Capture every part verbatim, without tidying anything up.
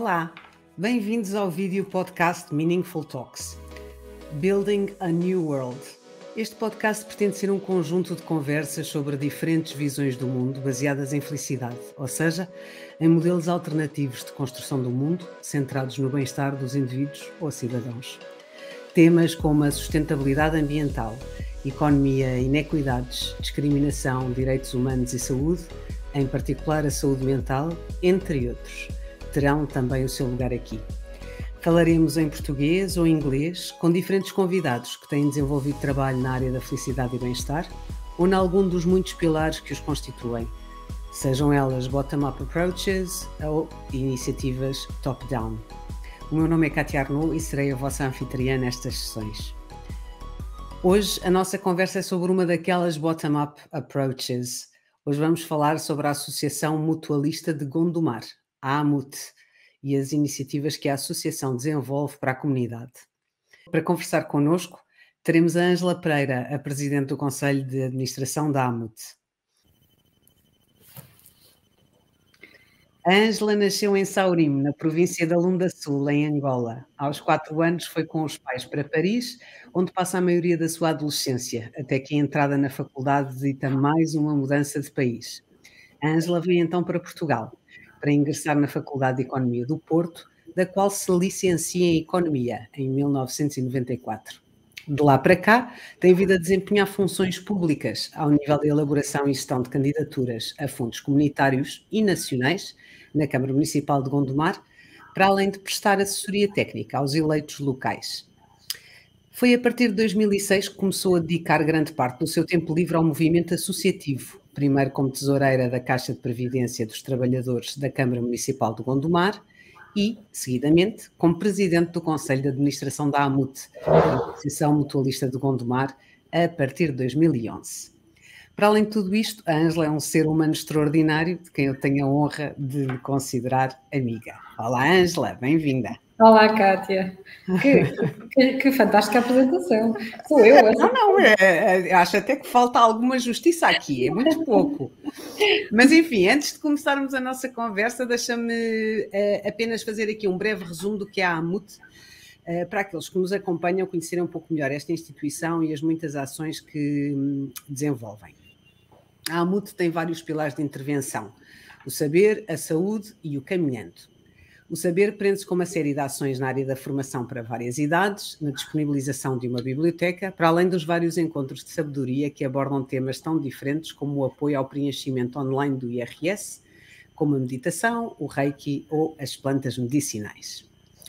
Olá, bem-vindos ao vídeo podcast Meaningful Talks, Building a New World. Este podcast pretende ser um conjunto de conversas sobre diferentes visões do mundo baseadas em felicidade, ou seja, em modelos alternativos de construção do mundo, centrados no bem-estar dos indivíduos ou cidadãos. Temas como a sustentabilidade ambiental, economia, inequidades, discriminação, direitos humanos e saúde, em particular a saúde mental, entre outros, terão também o seu lugar aqui. Falaremos em português ou inglês com diferentes convidados que têm desenvolvido trabalho na área da felicidade e bem-estar ou em algum dos muitos pilares que os constituem, sejam elas bottom-up approaches ou iniciativas top-down. O meu nome é Kátia Arnaud e serei a vossa anfitriã nestas sessões. Hoje a nossa conversa é sobre uma daquelas bottom-up approaches. Hoje vamos falar sobre a Associação Mutualista de Gondomar, a AMUT, e as iniciativas que a associação desenvolve para a comunidade. Para conversar connosco, teremos a Ângela Pereira, a Presidente do Conselho de Administração da AMUT. A Ângela nasceu em Saurimo, na província da Lunda Sul, em Angola. Aos quatro anos foi com os pais para Paris, onde passa a maioria da sua adolescência, até que a entrada na faculdade dita mais uma mudança de país. A Ângela veio então para Portugal, para ingressar na Faculdade de Economia do Porto, da qual se licencia em Economia, em mil novecentos e noventa e quatro. De lá para cá, tem vindo a desempenhar funções públicas ao nível de elaboração e gestão de candidaturas a fundos comunitários e nacionais na Câmara Municipal de Gondomar, para além de prestar assessoria técnica aos eleitos locais. Foi a partir de dois mil e seis que começou a dedicar grande parte do seu tempo livre ao movimento associativo, primeiro como tesoureira da Caixa de Previdência dos Trabalhadores da Câmara Municipal de Gondomar e, seguidamente, como Presidente do Conselho de Administração da AMUT, a Associação Mutualista de Gondomar, a partir de dois mil e onze. Para além de tudo isto, a Ângela é um ser humano extraordinário, de quem eu tenho a honra de me considerar amiga. Olá, Ângela, bem-vinda. Olá, Kátia. Que, que, que fantástica apresentação. Sou eu. Essa... Não, não, é, é, acho até que falta alguma justiça aqui, é muito pouco. Mas, enfim, antes de começarmos a nossa conversa, deixa-me é, apenas fazer aqui um breve resumo do que é a AMUT, é, para aqueles que nos acompanham conhecerem um pouco melhor esta instituição e as muitas ações que hum, desenvolvem. A AMUT tem vários pilares de intervenção: o saber, a saúde e o caminhando. O saber prende-se com uma série de ações na área da formação para várias idades, na disponibilização de uma biblioteca, para além dos vários encontros de sabedoria que abordam temas tão diferentes como o apoio ao preenchimento online do I R S, como a meditação, o Reiki ou as plantas medicinais.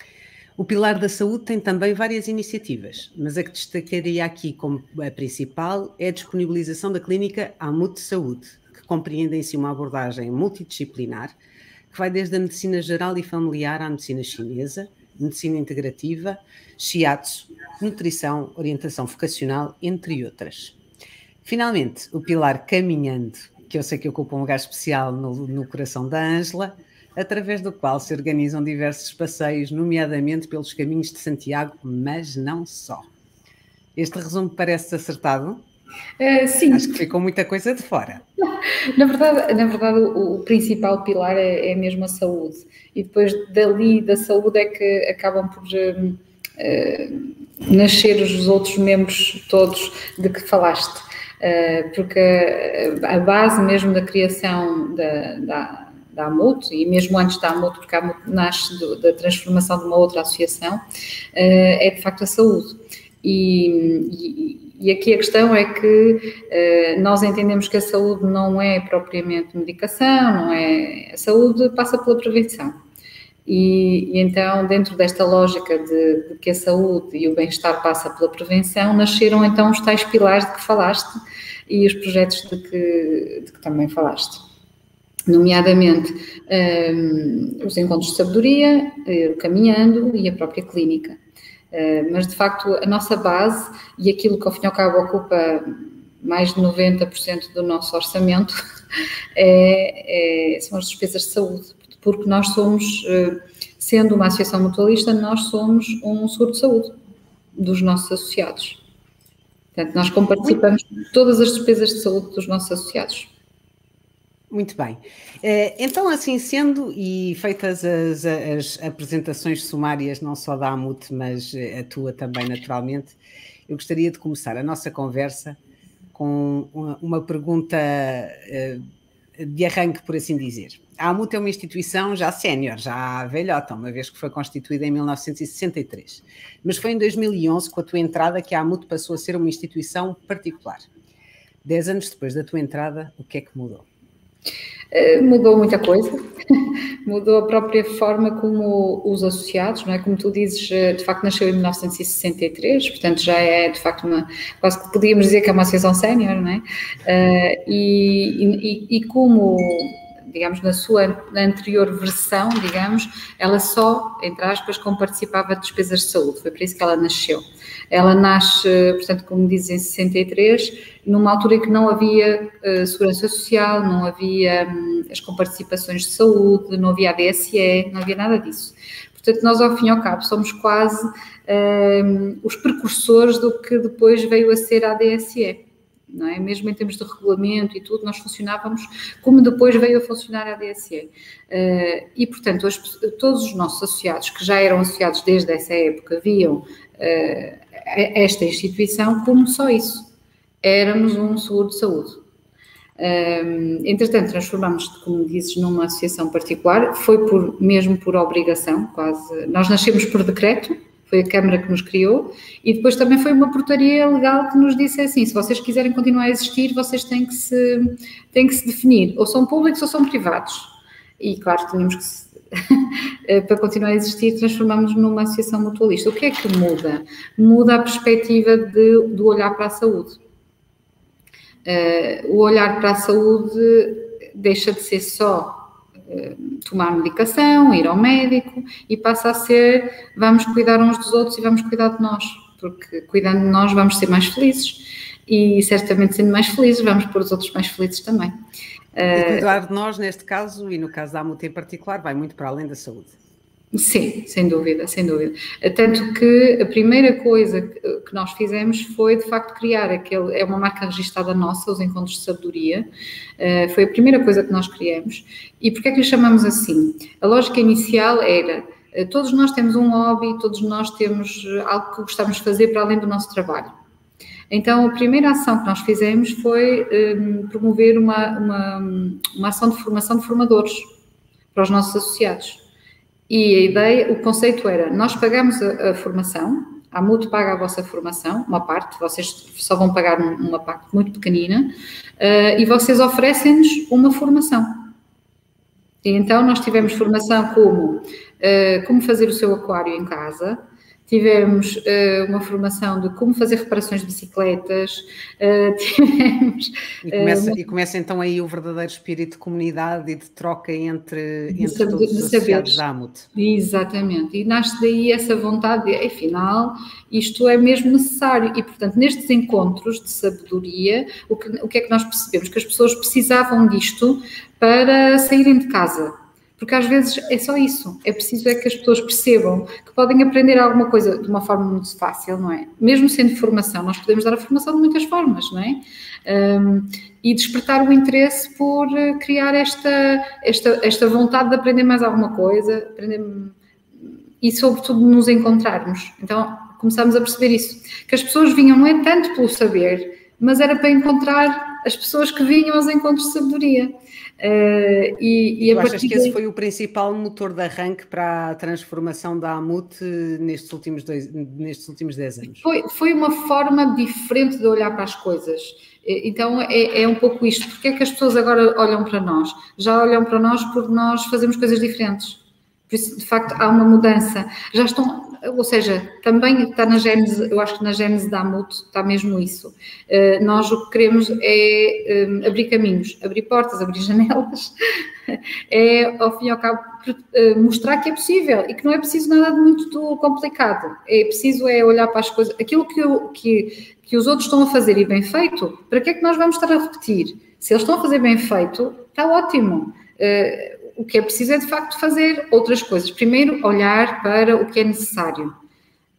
O pilar da saúde tem também várias iniciativas, mas a que destacaria aqui como a principal é a disponibilização da clínica AMUT Saúde, que compreende em si uma abordagem multidisciplinar, que vai desde a medicina geral e familiar à medicina chinesa, medicina integrativa, shiatsu, nutrição, orientação vocacional, entre outras. Finalmente, o pilar caminhando, que eu sei que ocupa um lugar especial no, no coração da Ângela, através do qual se organizam diversos passeios, nomeadamente pelos caminhos de Santiago, mas não só. Este resumo parece acertado? Uh, sim. Acho que ficou muita coisa de fora. Na verdade, na verdade o, o principal pilar é, é mesmo a saúde. E depois dali da saúde é que acabam por uh, uh, nascer os outros membros todos de que falaste. Uh, porque a, a base mesmo da criação da, da, da AMUT, e mesmo antes da AMUT, porque a AMUT nasce do, da transformação de uma outra associação, uh, é de facto a saúde. E, e, e aqui a questão é que uh, nós entendemos que a saúde não é propriamente medicação, não é, a saúde passa pela prevenção. E, e então, dentro desta lógica de, de que a saúde e o bem-estar passa pela prevenção, nasceram então os tais pilares de que falaste e os projetos de que, de que também falaste. Nomeadamente um, os encontros de sabedoria, o caminhando e a própria clínica. Uh, mas, de facto, a nossa base e aquilo que, ao fim e ao cabo, ocupa mais de noventa por cento do nosso orçamento é, é, são as despesas de saúde, porque nós somos, uh, sendo uma associação mutualista, nós somos um seguro de saúde dos nossos associados. Portanto, nós comparticipamos de todas as despesas de saúde dos nossos associados. Muito bem. Então, assim sendo, e feitas as, as apresentações sumárias, não só da AMUT, mas a tua também, naturalmente, eu gostaria de começar a nossa conversa com uma, uma pergunta de arranque, por assim dizer. A AMUT é uma instituição já sénior, já velhota, uma vez que foi constituída em mil novecentos e sessenta e três. Mas foi em dois mil e onze, com a tua entrada, que a AMUT passou a ser uma instituição particular. Dez anos depois da tua entrada, o que é que mudou? Mudou muita coisa, mudou a própria forma como os associados, não é? Como tu dizes, de facto nasceu em mil novecentos e sessenta e três, portanto já é de facto uma, quase que podíamos dizer que é uma associação sénior, não é? Uh, e, e, e como, digamos, na sua anterior versão, digamos, ela só, entre aspas, como participava de despesas de saúde, foi por isso que ela nasceu. Ela nasce, portanto, como dizes, em sessenta e três, numa altura em que não havia uh, segurança social, não havia um, as comparticipações de saúde, não havia a D S E, não havia nada disso. Portanto, nós, ao fim e ao cabo, somos quase um, os precursores do que depois veio a ser a D S E. Não é? Mesmo em termos de regulamento e tudo, nós funcionávamos como depois veio a funcionar a D S E. Uh, e, portanto, as, todos os nossos associados, que já eram associados desde essa época, viam uh, esta instituição como só isso. Éramos um seguro de saúde. Um, entretanto, transformámos, como dizes, numa associação particular, foi por, mesmo por obrigação, quase. Nós nascemos por decreto, foi a Câmara que nos criou, e depois também foi uma portaria legal que nos disse assim, se vocês quiserem continuar a existir, vocês têm que se, têm que se definir, ou são públicos ou são privados. E claro, tínhamos que se, para continuar a existir, transformamos-nos numa associação mutualista. O que é que muda? Muda a perspectiva de, do olhar para a saúde. Uh, o olhar para a saúde deixa de ser só tomar medicação, ir ao médico, e passa a ser vamos cuidar uns dos outros e vamos cuidar de nós, porque cuidando de nós vamos ser mais felizes e certamente sendo mais felizes vamos pôr os outros mais felizes também. E cuidar de nós, neste caso, e no caso da AMUT em particular, vai muito para além da saúde. Sim, sem dúvida, sem dúvida. Tanto que a primeira coisa que nós fizemos foi, de facto, criar aquele, é uma marca registada nossa, os Encontros de Sabedoria, uh, foi a primeira coisa que nós criamos. E porquê é que lhe chamamos assim? A lógica inicial era, uh, todos nós temos um hobby, todos nós temos algo que gostamos de fazer para além do nosso trabalho. Então, a primeira ação que nós fizemos foi um, promover uma, uma, uma ação de formação de formadores para os nossos associados. E a ideia, o conceito era, nós pagamos a, a formação, a AMUT paga a vossa formação, uma parte, vocês só vão pagar uma parte muito pequenina, uh, e vocês oferecem-nos uma formação. E então nós tivemos formação como, uh, como fazer o seu aquário em casa, tivemos uh, uma formação de como fazer reparações de bicicletas, uh, tivemos... E começa, uh, e começa então aí o verdadeiro espírito de comunidade e de troca entre, entre saber, todos os associados da AMUT. Exatamente, e nasce daí essa vontade de, afinal, isto é mesmo necessário. E, portanto, nestes encontros de sabedoria, o que, o que é que nós percebemos? Que as pessoas precisavam disto para saírem de casa. Porque às vezes é só isso, é preciso é que as pessoas percebam que podem aprender alguma coisa de uma forma muito fácil, não é? Mesmo sendo formação, nós podemos dar a formação de muitas formas, não é? Um, e despertar o interesse por criar esta, esta, esta vontade de aprender mais alguma coisa, aprender, e sobretudo nos encontrarmos. Então começámos a perceber isso, que as pessoas vinham não é tanto pelo saber, mas era para encontrar as pessoas que vinham aos encontros de sabedoria. Uh, e, e tu achas que esse foi o principal motor de arranque para a transformação da AMUT nestes últimos, dois, nestes últimos dez anos? Foi, foi uma forma diferente de olhar para as coisas. Então é, é um pouco isto. Porque é que as pessoas agora olham para nós? Já olham para nós porque nós fazemos coisas diferentes. Por isso, de facto, há uma mudança. Já estão... Ou seja, também está na gênese, eu acho que na gênese da AMUT está mesmo isso. Uh, nós o que queremos é um, abrir caminhos, abrir portas, abrir janelas, é, ao fim e ao cabo, uh, mostrar que é possível e que não é preciso nada de muito complicado. É preciso é olhar para as coisas, aquilo que, eu, que, que os outros estão a fazer e bem feito, para que é que nós vamos estar a repetir? Se eles estão a fazer bem feito, está ótimo. Uh, O que é preciso é, de facto, fazer outras coisas. Primeiro, olhar para o que é necessário.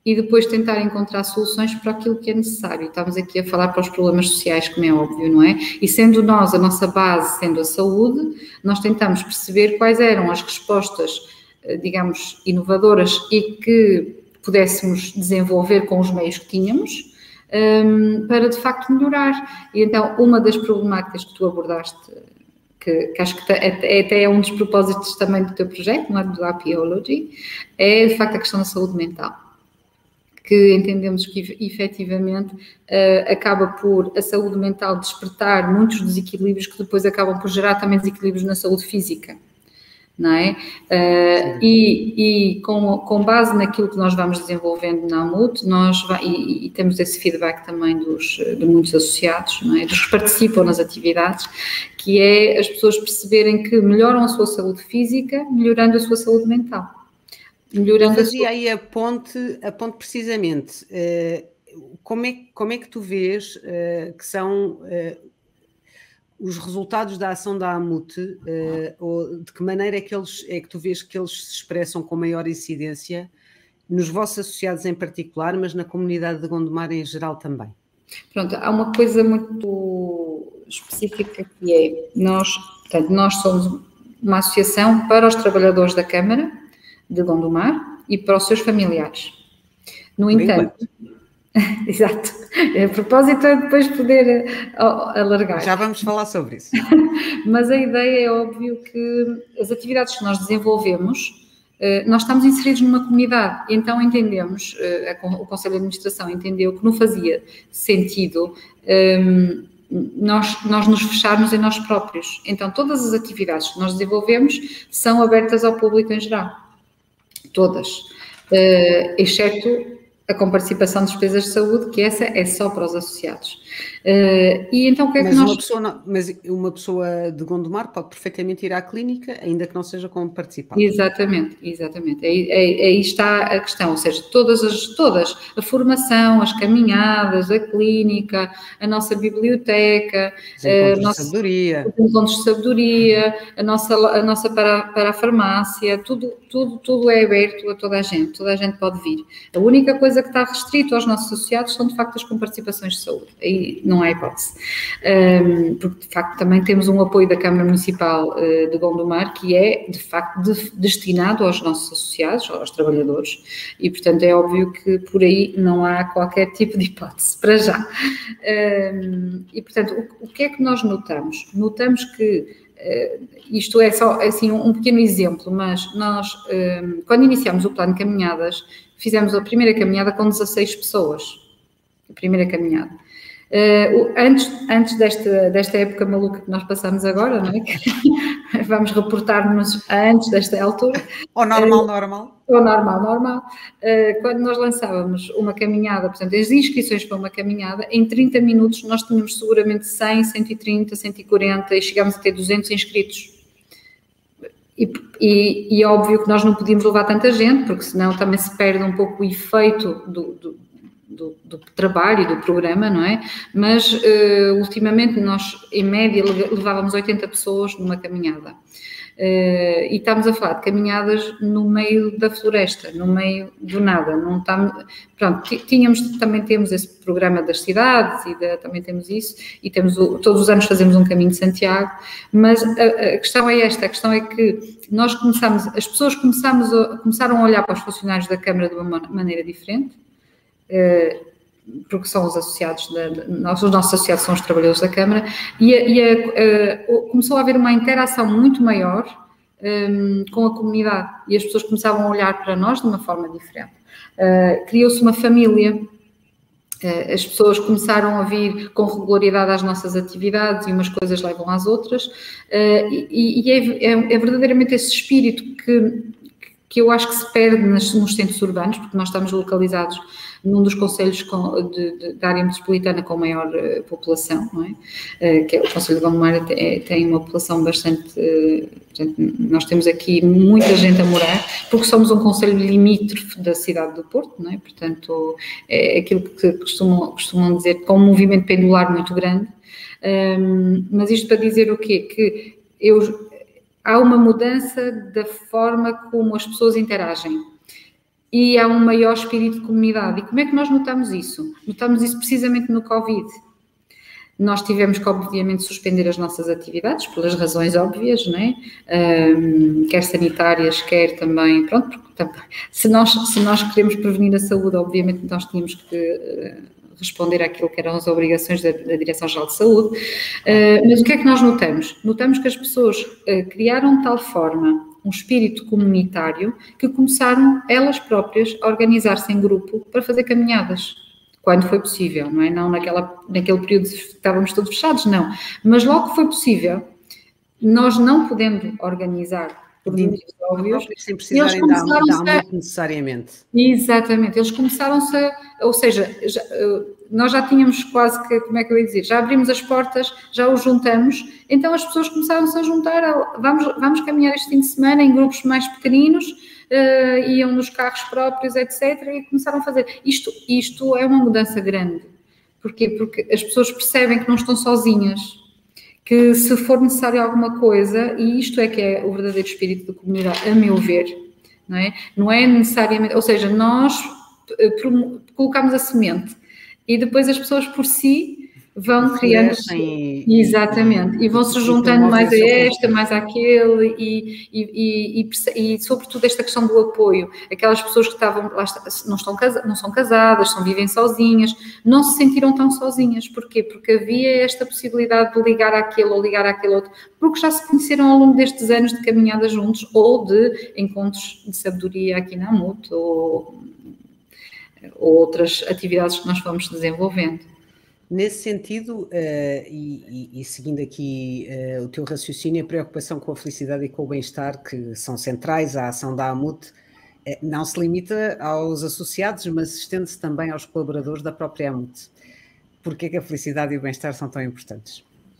e depois tentar encontrar soluções para aquilo que é necessário. Estamos aqui a falar para os problemas sociais, como é óbvio, não é? E sendo nós, a nossa base sendo a saúde, nós tentamos perceber quais eram as respostas, digamos, inovadoras e que pudéssemos desenvolver com os meios que tínhamos, um, para de facto melhorar. E então, uma das problemáticas que tu abordaste, que, que acho que até, até é um dos propósitos também do teu projeto, não é, do Happyology, é de facto a questão da saúde mental, que entendemos que efetivamente uh, acaba por a saúde mental despertar muitos desequilíbrios que depois acabam por gerar também desequilíbrios na saúde física, não é? Uh, e e com, com base naquilo que nós vamos desenvolvendo na AMUT, nós e, e temos esse feedback também dos, de muitos associados, não é? Dos que participam nas atividades, que é as pessoas perceberem que melhoram a sua saúde física, melhorando a sua saúde mental. Melhorando Eu fazia a sua... aí a ponte, a ponte precisamente. Uh, como, é, como é que tu vês uh, que são uh, os resultados da ação da AMUT, uh, ou de que maneira é que, eles, é que tu vês que eles se expressam com maior incidência nos vossos associados em particular, mas na comunidade de Gondomar em geral também? Pronto, há uma coisa muito específica que é, nós, portanto, nós somos uma associação para os trabalhadores da Câmara de Gondomar e para os seus familiares. No Bem entanto, exato, a propósito é depois poder alargar. Já vamos falar sobre isso. Mas a ideia é óbvio que as atividades que nós desenvolvemos, nós estamos inseridos numa comunidade, então entendemos, o Conselho de Administração entendeu que não fazia sentido nós, nós nos fecharmos em nós próprios. Então todas as atividades que nós desenvolvemos são abertas ao público em geral. Todas, uh, exceto a comparticipação de despesas de saúde, que essa é só para os associados. Uh, e então o que é mas que nós... Uma pessoa não, mas uma pessoa de Gondomar pode perfeitamente ir à clínica, ainda que não seja como participante. Exatamente, exatamente. Aí, aí, aí está a questão, ou seja, todas as, todas, a formação, as caminhadas, a clínica, a nossa biblioteca, os encontros a nossa, de sabedoria, os encontros de sabedoria, a nossa, a nossa para, para a farmácia, tudo, tudo, tudo é aberto a toda a gente, toda a gente pode vir. A única coisa que está restrito aos nossos associados são de facto as comparticipações de saúde, aí não há hipótese, um, porque de facto também temos um apoio da Câmara Municipal uh, de Gondomar que é de facto de, destinado aos nossos associados, aos trabalhadores, e portanto é óbvio que por aí não há qualquer tipo de hipótese, para já. Um, e portanto, o, o que é que nós notamos? Notamos que Uh, isto é só assim, um, um pequeno exemplo, mas nós, um, quando iniciámos o plano de caminhadas, fizemos a primeira caminhada com dezasseis pessoas, a primeira caminhada. Uh, antes antes desta, desta época maluca que nós passamos agora, não é? Vamos reportar-nos a antes desta altura. Ou normal, uh, normal. Ou normal, normal. Uh, quando nós lançávamos uma caminhada, portanto, as inscrições para uma caminhada, em trinta minutos nós tínhamos seguramente cem, cento e trinta, cento e quarenta e chegámos a ter duzentos inscritos. E, e, e óbvio que nós não podíamos levar tanta gente, porque senão também se perde um pouco o efeito do, do Do, do trabalho e do programa, não é? Mas, uh, ultimamente, nós, em média, levávamos oitenta pessoas numa caminhada. Uh, e estamos a falar de caminhadas no meio da floresta, no meio do nada. Não estamos, pronto, tínhamos, também temos esse programa das cidades, e da, também temos isso, e temos o, todos os anos fazemos um caminho de Santiago, mas a, a questão é esta, a questão é que nós começamos, as pessoas começamos a, começaram a olhar para os funcionários da Câmara de uma maneira diferente, porque são os associados, da, os nossos associados são os trabalhadores da Câmara, e, a, e a, a, começou a haver uma interação muito maior um, com a comunidade, e as pessoas começavam a olhar para nós de uma forma diferente. Uh, criou-se uma família, uh, as pessoas começaram a vir com regularidade às nossas atividades, e umas coisas levam às outras, uh, e, e é, é, é verdadeiramente esse espírito que, que eu acho que se perde nos, nos centros urbanos, porque nós estamos localizados num dos concelhos com, de, de, da área metropolitana com maior uh, população, não é? Uh, que é o Concelho de Gondomar, é, tem uma população bastante, uh, portanto, nós temos aqui muita gente a morar, porque somos um concelho limítrofe da cidade do Porto, não é? Portanto, é aquilo que costumam, costumam dizer, com um movimento pendular muito grande, um, mas isto para dizer o quê? Que eu, há uma mudança da forma como as pessoas interagem. e há um maior espírito de comunidade. E como é que nós notamos isso? Notamos isso precisamente no Covid. Nós tivemos que, obviamente, suspender as nossas atividades, pelas razões óbvias, não é? Um, quer sanitárias, quer também, pronto, porque, se, nós, se nós queremos prevenir a saúde, obviamente nós tínhamos que uh, responder àquilo que eram as obrigações da, da Direção-Geral de Saúde, uh, mas o que é que nós notamos? Notamos que as pessoas uh, criaram de tal forma um espírito comunitário que começaram, elas próprias, a organizar-se em grupo para fazer caminhadas. Quando foi possível, não é? Não naquela, naquele período que estávamos todos fechados, não. Mas logo que foi possível, nós não podendo organizar por motivos óbvios, sem precisarem dar muito necessariamente. Exatamente, eles começaram-se a, ou seja, já, nós já tínhamos quase que, como é que eu ia dizer, já abrimos as portas, já os juntamos, então as pessoas começaram-se a juntar, a, vamos, vamos caminhar este fim de semana em grupos mais pequeninos, Uh, iam nos carros próprios, etcétera, e começaram a fazer. Isto, isto é uma mudança grande. Porquê? Porque as pessoas percebem que não estão sozinhas, que se for necessário alguma coisa, e isto é que é o verdadeiro espírito da comunidade, a meu ver, não é? Não é necessariamente, ou seja, nós uh, colocamos a semente e depois as pessoas por si vão criando, e, exatamente, e, e vão se juntando mais a esta, mais àquele, e, e, e, e, e sobretudo esta questão do apoio, aquelas pessoas que estavam, lá, não, estão, não são casadas, são, vivem sozinhas, não se sentiram tão sozinhas. Porquê? Porque havia esta possibilidade de ligar àquele ou ligar àquele outro, porque já se conheceram ao longo destes anos de caminhada juntos, ou de encontros de sabedoria aqui na AMUT, ou, ou outras atividades que nós vamos desenvolvendo. Nesse sentido, uh, e, e, e seguindo aqui uh, o teu raciocínio, a preocupação com a felicidade e com o bem-estar, que são centrais à ação da AMUT, uh, não se limita aos associados, mas estende-se também aos colaboradores da própria AMUT. Porquê que a felicidade e o bem-estar são tão importantes?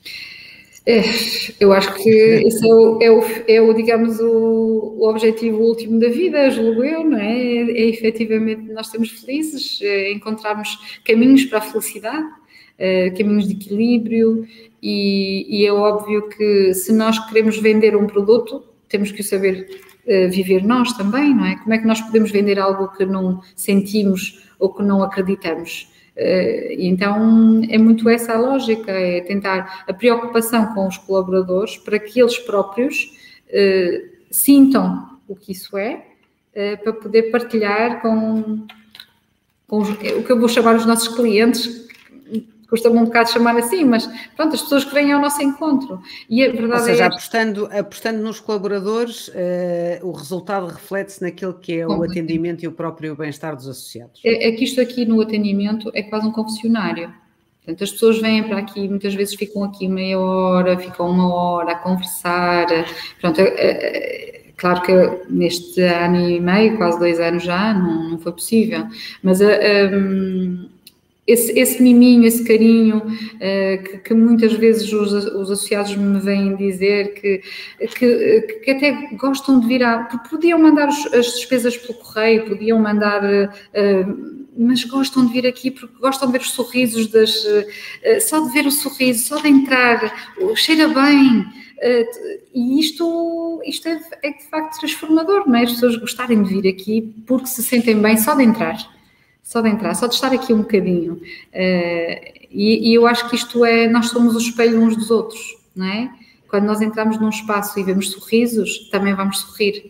É, eu acho que esse é o, é o, é o digamos, o, o objetivo último da vida, julgo eu, não é? É, é efetivamente nós sermos felizes, é encontrarmos caminhos para a felicidade, é, caminhos de equilíbrio, e, e é óbvio que se nós queremos vender um produto, temos que o saber é, viver nós também, não é? Como é que nós podemos vender algo que não sentimos ou que não acreditamos? Uh, então é muito essa a lógica, é tentar a preocupação com os colaboradores para que eles próprios uh, sintam o que isso é, uh, para poder partilhar com, com os, o que eu vou chamar os nossos clientes, custa-me um bocado chamar assim, mas pronto, as pessoas que vêm ao nosso encontro. E a verdade Ou seja, é apostando, apostando nos colaboradores, uh, o resultado reflete-se naquilo que é o atendimento e o próprio bem-estar dos associados. É, é que isto aqui no atendimento é quase um confessionário. Portanto, as pessoas vêm para aqui, muitas vezes ficam aqui meia hora, ficam uma hora a conversar. Pronto, é, é, claro que neste ano e meio, quase dois anos já, não, não foi possível, mas um, Esse, esse miminho, esse carinho uh, que, que muitas vezes os, os associados me vêm dizer que, que, que até gostam de vir a... Podiam mandar os, as despesas pelo correio, podiam mandar... Uh, mas gostam de vir aqui porque gostam de ver os sorrisos das... Uh, só de ver o sorriso, só de entrar, uh, cheira bem... Uh, e isto, isto é, é de facto transformador, não é? As pessoas gostarem de vir aqui porque se sentem bem só de entrar. Só de entrar, só de estar aqui um bocadinho. Uh, e, e eu acho que isto é, nós somos o espelho uns dos outros, não é? Quando nós entramos num espaço e vemos sorrisos, também vamos sorrir.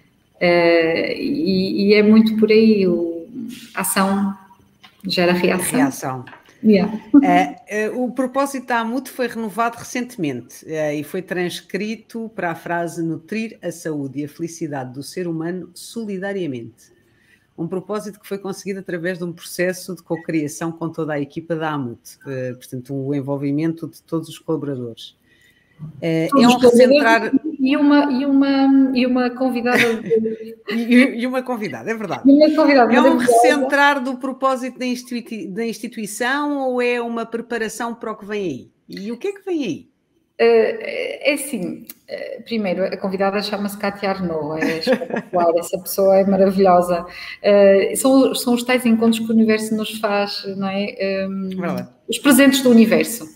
Uh, e, e é muito por aí, o, a ação gera reação. Reação. Yeah. Uh, uh, o propósito da AMUT foi renovado recentemente uh, e foi transcrito para a frase nutrir a saúde e a felicidade do ser humano solidariamente. Um propósito que foi conseguido através de um processo de cocriação com toda a equipa da AMUT, uh, portanto, o envolvimento de todos os colaboradores. Uh, todos é um recentrar... E uma, e uma, e uma convidada... e, e uma convidada, é verdade. Uma convidada, é um recentrar do propósito da, institui... da instituição ou é uma preparação para o que vem aí? E o que é que vem aí? Uh, é assim, uh, primeiro, a convidada chama-se Cátia Arnaud, é espetacular, essa pessoa é maravilhosa. Uh, são, são os tais encontros que o universo nos faz, não é? Um, os presentes do universo.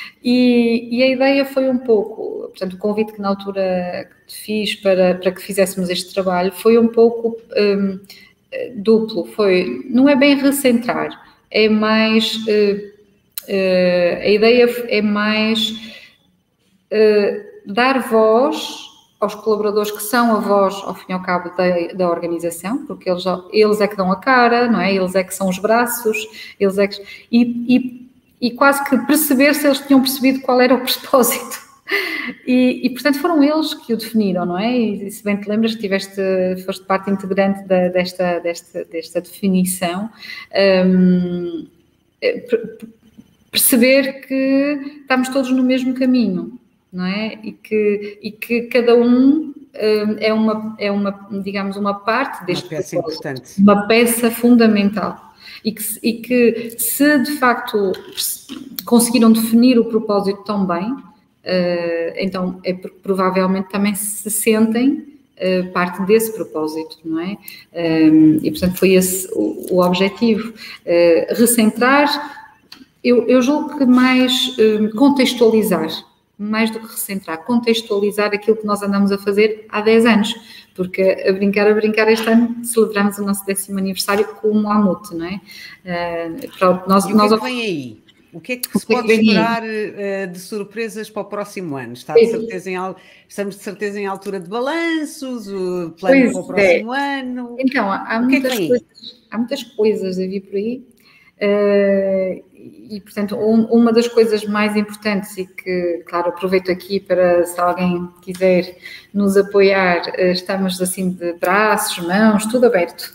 E, e a ideia foi um pouco, portanto, o convite que na altura te fiz para, para que fizéssemos este trabalho foi um pouco um, duplo, foi, não é bem recentrar, é mais, uh, uh, a ideia é mais uh, dar voz aos colaboradores que são a voz, ao fim e ao cabo, da, da organização, porque eles, eles é que dão a cara, não é? Eles é que são os braços, eles é que... E, e, e quase que perceber se eles tinham percebido qual era o propósito. E, e, portanto, foram eles que o definiram, não é? E se bem te lembras que tiveste, foste parte integrante da, desta, desta, desta definição, um, perceber que estamos todos no mesmo caminho, não é? E que, e que cada um um, é, uma, é uma, digamos, uma parte deste uma peça importante. Uma peça fundamental. E que, e que se de facto conseguiram definir o propósito tão bem, uh, então é porque provavelmente também se sentem uh, parte desse propósito, não é? Um, e portanto foi esse o, o objetivo. Uh, recentrar, eu, eu julgo que mais um, contextualizar, mais do que recentrar, contextualizar aquilo que nós andamos a fazer há dez anos, porque a brincar, a brincar, este ano celebramos o nosso décimo aniversário com o Amut, não é? Uh, pronto, nós, e o nós... que é que vem aí? O que é que se que pode é que esperar uh, de surpresas para o próximo ano? Está de certeza em, estamos de certeza em altura de balanços, o plano pois para o próximo é. ano? Então, há, há, muitas que é que coisas, há muitas coisas a vir por aí. Uh, e, portanto, um, uma das coisas mais importantes e que, claro, aproveito aqui para, se alguém quiser nos apoiar, uh, estamos assim de braços, mãos, tudo aberto,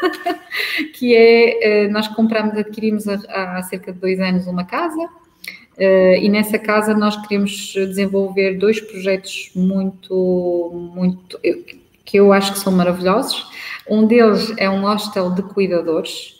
que é, uh, nós compramos, adquirimos há, há cerca de dois anos uma casa, uh, e nessa casa nós queremos desenvolver dois projetos muito, muito, que eu acho que são maravilhosos. Um deles é um hostel de cuidadores.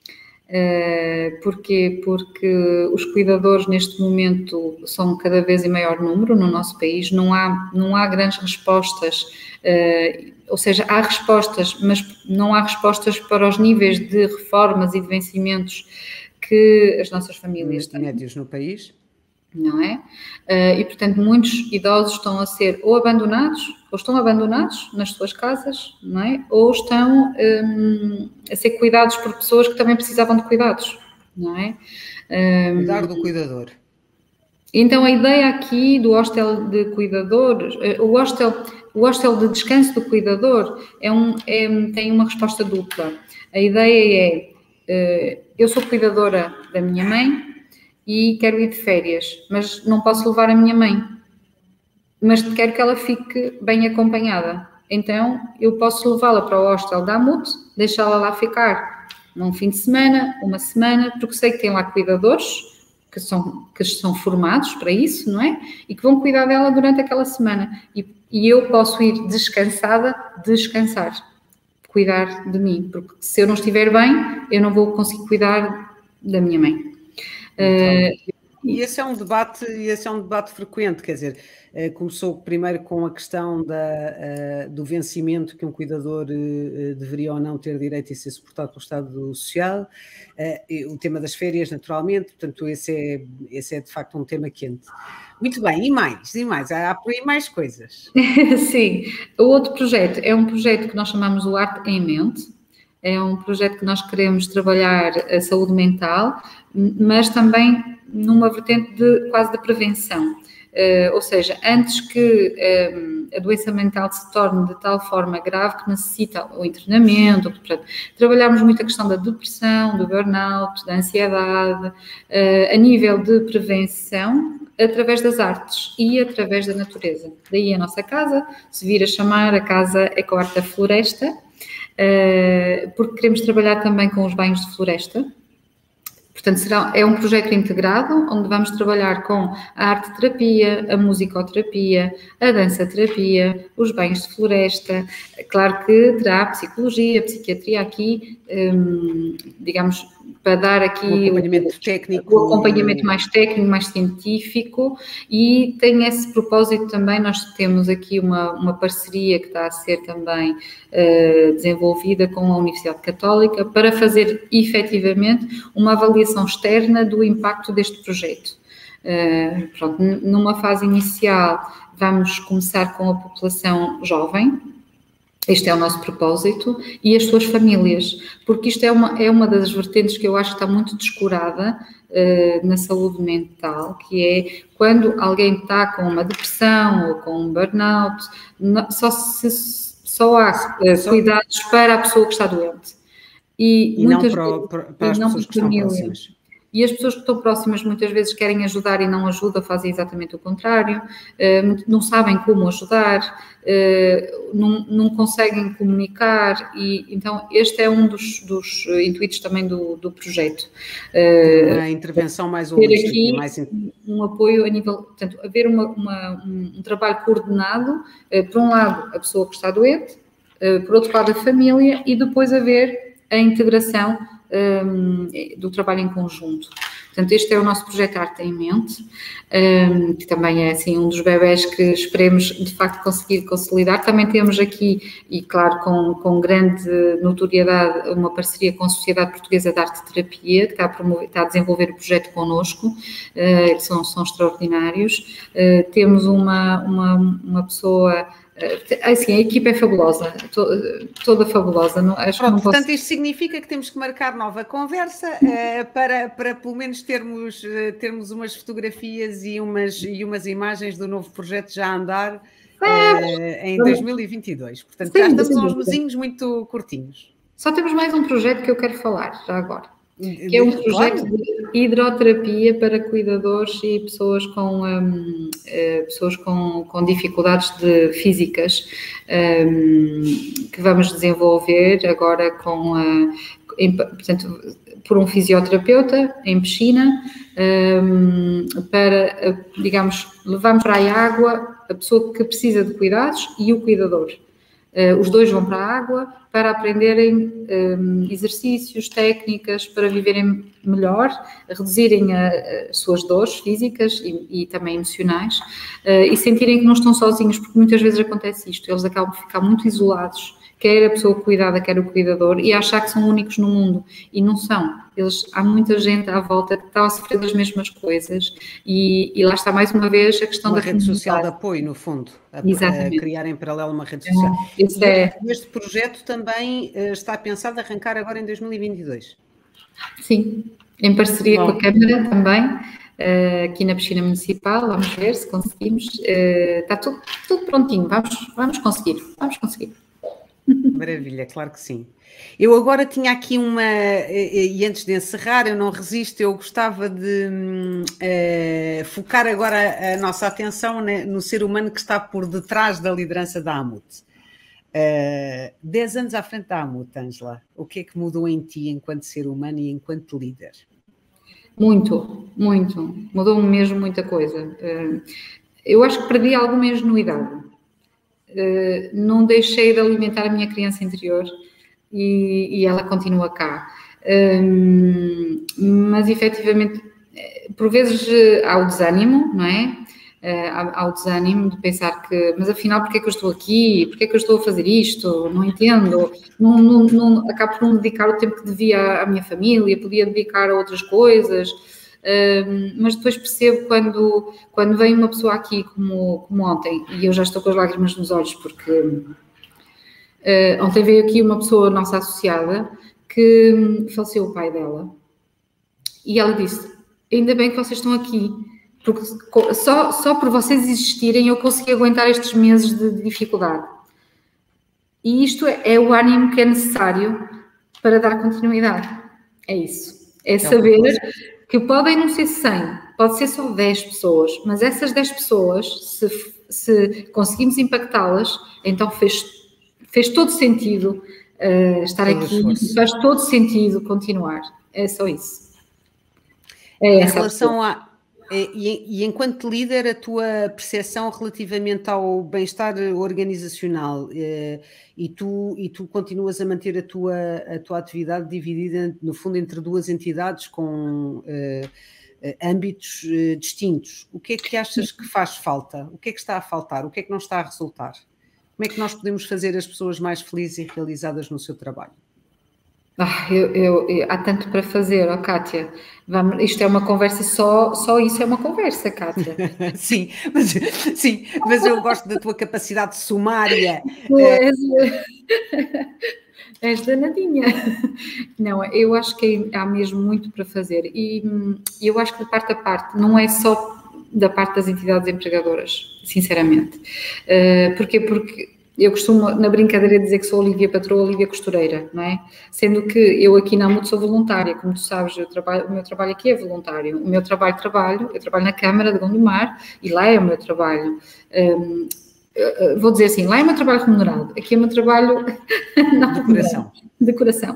Uh, porquê? Porque os cuidadores neste momento são cada vez em maior número no nosso país, não há, não há grandes respostas, uh, ou seja, há respostas, mas não há respostas para os níveis de reformas e de vencimentos que as nossas famílias têm. Médios no país. Não é? Uh, e, portanto, muitos idosos estão a ser ou abandonados, ou estão abandonados nas suas casas, não é? Ou estão um, a ser cuidados por pessoas que também precisavam de cuidados, não é? Um, Cuidar do cuidador. Então, a ideia aqui do hostel de cuidadores, o hostel, o hostel de descanso do cuidador é um, é, tem uma resposta dupla. A ideia é, uh, eu sou cuidadora da minha mãe, e quero ir de férias, mas não posso levar a minha mãe, mas quero que ela fique bem acompanhada. Então, eu posso levá-la para o hostel da Amut, deixá-la lá ficar num fim de semana, uma semana, porque sei que tem lá cuidadores que são, que são formados para isso, não é? E que vão cuidar dela durante aquela semana. E, e eu posso ir descansada, descansar, cuidar de mim, porque se eu não estiver bem, eu não vou conseguir cuidar da minha mãe. Então, e esse é um debate, esse é um debate frequente, quer dizer, começou primeiro com a questão da, do vencimento que um cuidador deveria ou não ter direito a ser suportado pelo Estado Social, o tema das férias, naturalmente, portanto, esse é, esse é de facto um tema quente. Muito bem, e mais, e mais, há por aí mais coisas. Sim, o outro projeto é um projeto que nós chamamos o Arte em Mente. É um projeto que nós queremos trabalhar a saúde mental, mas também numa vertente de quase de prevenção. Uh, ou seja, antes que um, a doença mental se torne de tal forma grave que necessita o internamento, portanto, trabalharmos muito a questão da depressão, do burnout, da ansiedade, uh, a nível de prevenção, através das artes e através da natureza. Daí a nossa casa se vir a chamar a Casa Ecoarte da Floresta, Uh, porque queremos trabalhar também com os banhos de floresta. Portanto, será, é um projeto integrado, onde vamos trabalhar com a arte-terapia, a musicoterapia, a dança-terapia, os banhos de floresta. Claro que terá a psicologia, a psiquiatria aqui, um, digamos, para dar aqui o acompanhamento o, técnico, o acompanhamento mais técnico, mais científico, e tem esse propósito também. Nós temos aqui uma, uma parceria que está a ser também uh, desenvolvida com a Universidade Católica para fazer efetivamente uma avaliação externa do impacto deste projeto. Uh, pronto, numa fase inicial vamos começar com a população jovem, Este é o nosso propósito e as suas famílias, porque isto é uma, é uma das vertentes que eu acho que está muito descurada uh, na saúde mental, que é quando alguém está com uma depressão ou com um burnout, não, só, se, só há uh, só... cuidados para a pessoa que está doente. E, e muitas não para, vezes, para, para as não pessoas que estão próximas. E as pessoas que estão próximas muitas vezes querem ajudar e não ajudam, fazem exatamente o contrário, não sabem como ajudar, não, não conseguem comunicar e então este é um dos, dos intuitos também do, do projeto. Uma intervenção mais holística. Ter aqui mais... um apoio a nível, portanto, haver uma, uma, um trabalho coordenado, por um lado a pessoa que está doente, por outro lado a família e depois haver a integração Um, do trabalho em conjunto. Portanto, este é o nosso projeto Arte em Mente, um, que também é assim um dos bebés que esperemos de facto conseguir consolidar. Também temos aqui, e claro, com, com grande notoriedade, uma parceria com a Sociedade Portuguesa de Arte Terapia, que está a, promover, está a desenvolver o projeto connosco, uh, que são, são extraordinários. Uh, temos uma, uma, uma pessoa... Assim, a equipa é fabulosa, toda, toda fabulosa. Não, acho Pronto, que não portanto, posso... isto significa que temos que marcar nova conversa uh, para, para pelo menos termos, uh, termos umas fotografias e umas, e umas imagens do novo projeto já a andar uh, em dois mil e vinte e dois. Portanto, sim, já estamos a uns mesinhos muito curtinhos. Só temos mais um projeto que eu quero falar já agora. Que é um projeto claro. de hidroterapia para cuidadores e pessoas com, um, uh, pessoas com, com dificuldades de, físicas um, que vamos desenvolver agora com, uh, em, portanto, por um fisioterapeuta em piscina um, para, uh, digamos, levamos para a água a pessoa que precisa de cuidados e o cuidador. Uh, os dois vão para a água para aprenderem um, exercícios, técnicas para viverem melhor, reduzirem a, as suas dores físicas e, e também emocionais uh, e sentirem que não estão sozinhos, porque muitas vezes acontece isto, eles acabam por ficar muito isolados, quer a pessoa cuidada, quer o cuidador, e achar que são únicos no mundo, e não são. Eles, há muita gente à volta que está a sofrer das mesmas coisas e, e lá está mais uma vez a questão uma da rede social de apoio, no fundo, a, a criar em paralelo uma rede social. Isso é... Este projeto também uh, está pensado arrancar agora em dois mil e vinte e dois? Sim, em parceria Bom. com a Câmara também, uh, aqui na piscina municipal, vamos ver se conseguimos, uh, está tudo, tudo prontinho, vamos, vamos conseguir, vamos conseguir. Maravilha, claro que sim. Eu agora tinha aqui uma, e antes de encerrar, eu não resisto, eu gostava de uh, focar agora a nossa atenção né, no ser humano que está por detrás da liderança da AMUT. Uh, dez anos à frente da AMUT, Ângela, o que é que mudou em ti enquanto ser humano e enquanto líder? Muito, muito. Mudou-me mesmo muita coisa. Uh, eu acho que perdi alguma ingenuidade. Uh, não deixei de alimentar a minha criança interior e, e ela continua cá. Um, mas, efetivamente, por vezes há o desânimo, não é? Uh, há, há o desânimo de pensar que, mas afinal, porquê é que eu estou aqui? Porquê é que eu estou a fazer isto? Não entendo. Não, não, não, acabo por não dedicar o tempo que devia à minha família, podia dedicar a outras coisas. Uh, mas depois percebo quando, quando vem uma pessoa aqui como, como ontem, e eu já estou com as lágrimas nos olhos porque uh, ontem veio aqui uma pessoa nossa associada que faleceu o pai dela e ela disse, ainda bem que vocês estão aqui porque só, só por vocês existirem eu consegui aguentar estes meses de, de dificuldade e isto é, é o ânimo que é necessário para dar continuidade, é isso, é saber que podem não ser cem, pode ser só dez pessoas, mas essas dez pessoas, se, se conseguimos impactá-las, então fez, fez todo sentido uh, estar todo aqui, esforço. Faz todo sentido continuar, é só isso. É em relação a... E, e enquanto líder, a tua percepção relativamente ao bem-estar organizacional e, e, tu, e tu continuas a manter a tua, a tua atividade dividida, no fundo, entre duas entidades com uh, âmbitos uh, distintos. O que é que achas que faz falta? O que é que está a faltar? O que é que não está a resultar? Como é que nós podemos fazer as pessoas mais felizes e realizadas no seu trabalho? Ah, eu, eu, eu- há tanto para fazer, ó Kátia. Vamos, isto é uma conversa, só, só isso é uma conversa, Kátia. Sim, mas, sim, mas eu gosto da tua capacidade sumária. Tu és, és danadinha. Não, eu acho que há mesmo muito para fazer. E hum, eu acho que de parte a parte, não é só da parte das entidades empregadoras, sinceramente. Uh, porquê? Porque eu costumo, na brincadeira, dizer que sou Olivia Patroa, Olivia Costureira, não é? Sendo que eu aqui na AMUT sou voluntária, como tu sabes, eu trabalho, o meu trabalho aqui é voluntário. O meu trabalho, trabalho, eu trabalho na Câmara de Gondomar e lá é o meu trabalho. Um, vou dizer assim, lá é o meu trabalho remunerado, aqui é o meu trabalho não de coração. De coração.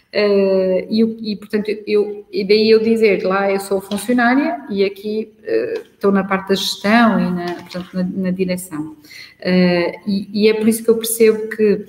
Uh, e, e, portanto, eu, e daí eu dizer, lá eu sou funcionária e aqui uh, estou na parte da gestão e na, portanto, na, na direção. Uh, e, e é por isso que eu percebo que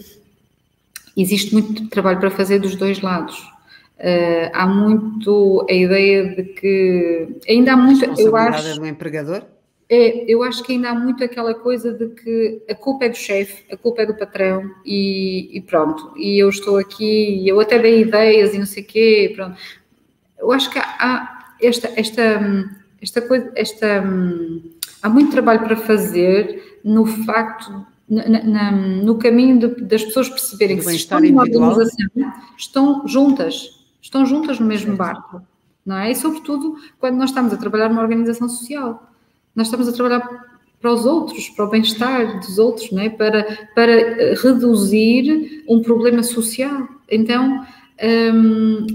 existe muito trabalho para fazer dos dois lados. Uh, há muito a ideia de que ainda há muito, eu acho, é do empregador? É, eu acho que ainda há muito aquela coisa de que a culpa é do chefe, a culpa é do patrão e, e pronto, e eu estou aqui, e eu até dei ideias e não sei o quê, pronto. Eu acho que há, há esta, esta, esta coisa, esta, há muito trabalho para fazer no facto, na, na, no caminho de, das pessoas perceberem que se estão numa organização, estão juntas, estão juntas no mesmo barco, não é? E sobretudo quando nós estamos a trabalhar numa organização social. Nós estamos a trabalhar para os outros, para o bem-estar dos outros, não é? para, para reduzir um problema social. Então, um,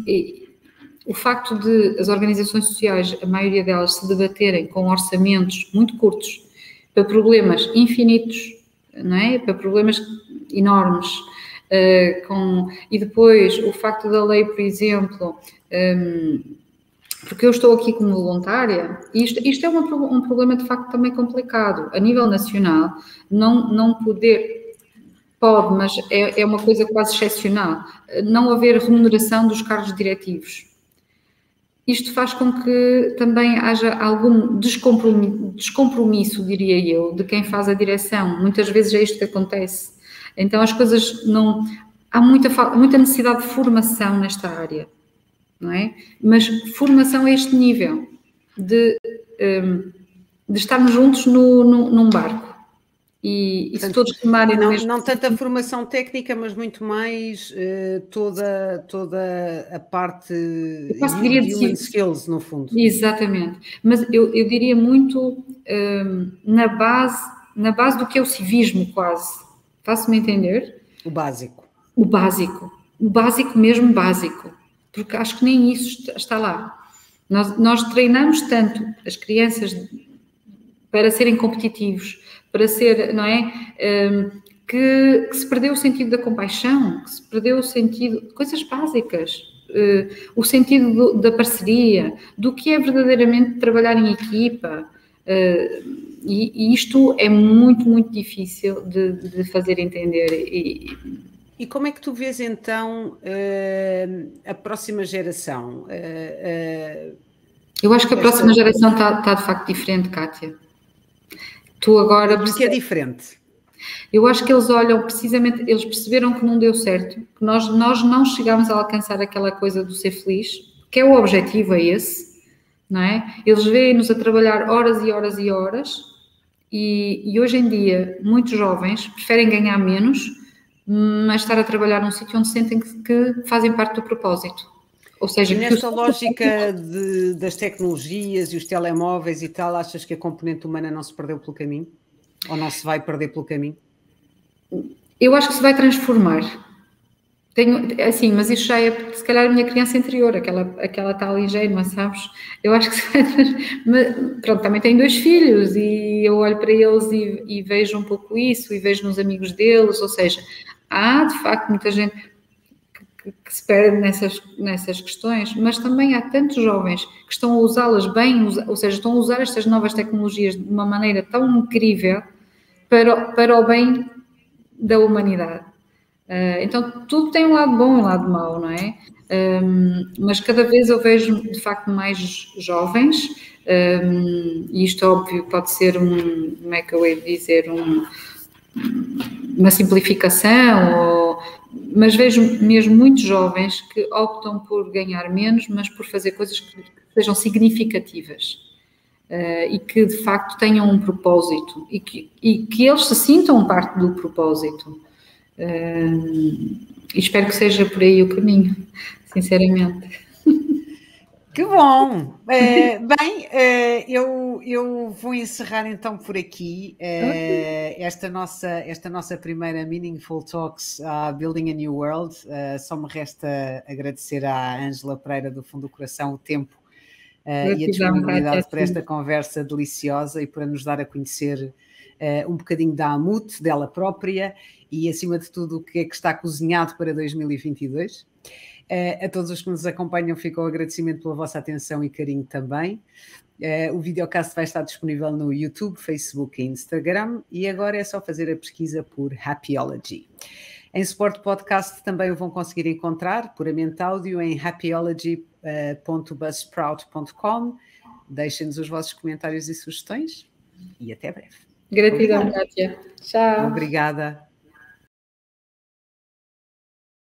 o facto de as organizações sociais, a maioria delas, se debaterem com orçamentos muito curtos para problemas infinitos, não é? Para problemas enormes, uh, com, e depois o facto da lei, por exemplo, um, porque eu estou aqui como voluntária, e isto, isto é uma, um problema de facto também complicado. A nível nacional, não, não poder, pode, mas é, é uma coisa quase excepcional, não haver remuneração dos cargos diretivos. Isto faz com que também haja algum descompromisso, descompromisso, diria eu, de quem faz a direção. Muitas vezes é isto que acontece. Então as coisas não... Há muita, muita necessidade de formação nesta área. Não é? Mas formação a este nível de, um, de estarmos juntos no, no, num barco e, e se todos remarem não, no mesmo... Não tanta formação técnica, mas muito mais uh, toda, toda a parte de human skills, no fundo. Exatamente, mas eu, eu diria muito um, na, base, na base do que é o civismo quase, faço-me entender? O básico. O básico, o básico mesmo básico. Porque acho que nem isso está lá. Nós, nós treinamos tanto as crianças para serem competitivos, para ser, não é? Um, que, que se perdeu o sentido da compaixão, que se perdeu o sentido, coisas básicas, uh, o sentido do, da parceria, do que é verdadeiramente trabalhar em equipa. Uh, e, e isto é muito, muito difícil de, de fazer entender. E, E como é que tu vês então uh, a próxima geração? Uh, uh, Eu acho que a esta... próxima geração está, está de facto diferente, Kátia. Tu agora... Porque é diferente? Eu acho que eles olham precisamente, eles perceberam que não deu certo, que nós, nós não chegámos a alcançar aquela coisa do ser feliz, que é o objetivo, é esse, não é? Eles veem-nos a trabalhar horas e horas e horas e, e hoje em dia muitos jovens preferem ganhar menos, mas estar a trabalhar num sítio onde sentem que, que fazem parte do propósito. Ou seja, e nesta que... lógica de, das tecnologias e os telemóveis e tal, achas que a componente humana não se perdeu pelo caminho? Ou não se vai perder pelo caminho? Eu acho que se vai transformar. Tenho, assim, mas isso já é, se calhar, a minha criança interior, aquela, aquela tal ingênua, sabes? Eu acho que se vai transformar. Pronto, também tenho dois filhos e eu olho para eles e, e vejo um pouco isso e vejo nos amigos deles, ou seja, há de facto muita gente que, que se perde nessas, nessas questões, mas também há tantos jovens que estão a usá-las bem, ou seja, estão a usar estas novas tecnologias de uma maneira tão incrível para, para o bem da humanidade. Uh, então, tudo tem um lado bom e um lado mau, não é? Um, mas cada vez eu vejo, de facto, mais jovens, um, e isto, óbvio, pode ser um, como é que eu ia dizer, um, uma simplificação, ou, mas vejo mesmo muitos jovens que optam por ganhar menos, mas por fazer coisas que sejam significativas uh, e que de facto tenham um propósito e que, e que eles se sintam parte do propósito. Uh, e espero que seja por aí o caminho, sinceramente. Que bom! É, bem, é, eu, eu vou encerrar então por aqui é, esta, nossa, esta nossa primeira Meaningful Talks uh, Building a New World. Uh, só me resta agradecer à Ângela Pereira do Fundo do Coração o tempo uh, e a disponibilidade para esta conversa deliciosa e para nos dar a conhecer uh, um bocadinho da AMUT, dela própria e, acima de tudo, o que é que está cozinhado para dois mil e vinte e dois. Uh, a todos os que nos acompanham, fica o agradecimento pela vossa atenção e carinho também. Uh, o videocast vai estar disponível no YouTube, Facebook e Instagram, e agora é só fazer a pesquisa por Happyology. Em suporte podcast também o vão conseguir encontrar, puramente áudio, em happyology ponto buzzsprout ponto com. Deixem-nos os vossos comentários e sugestões e até breve. Gratidão, Kátia. Tchau. Obrigada.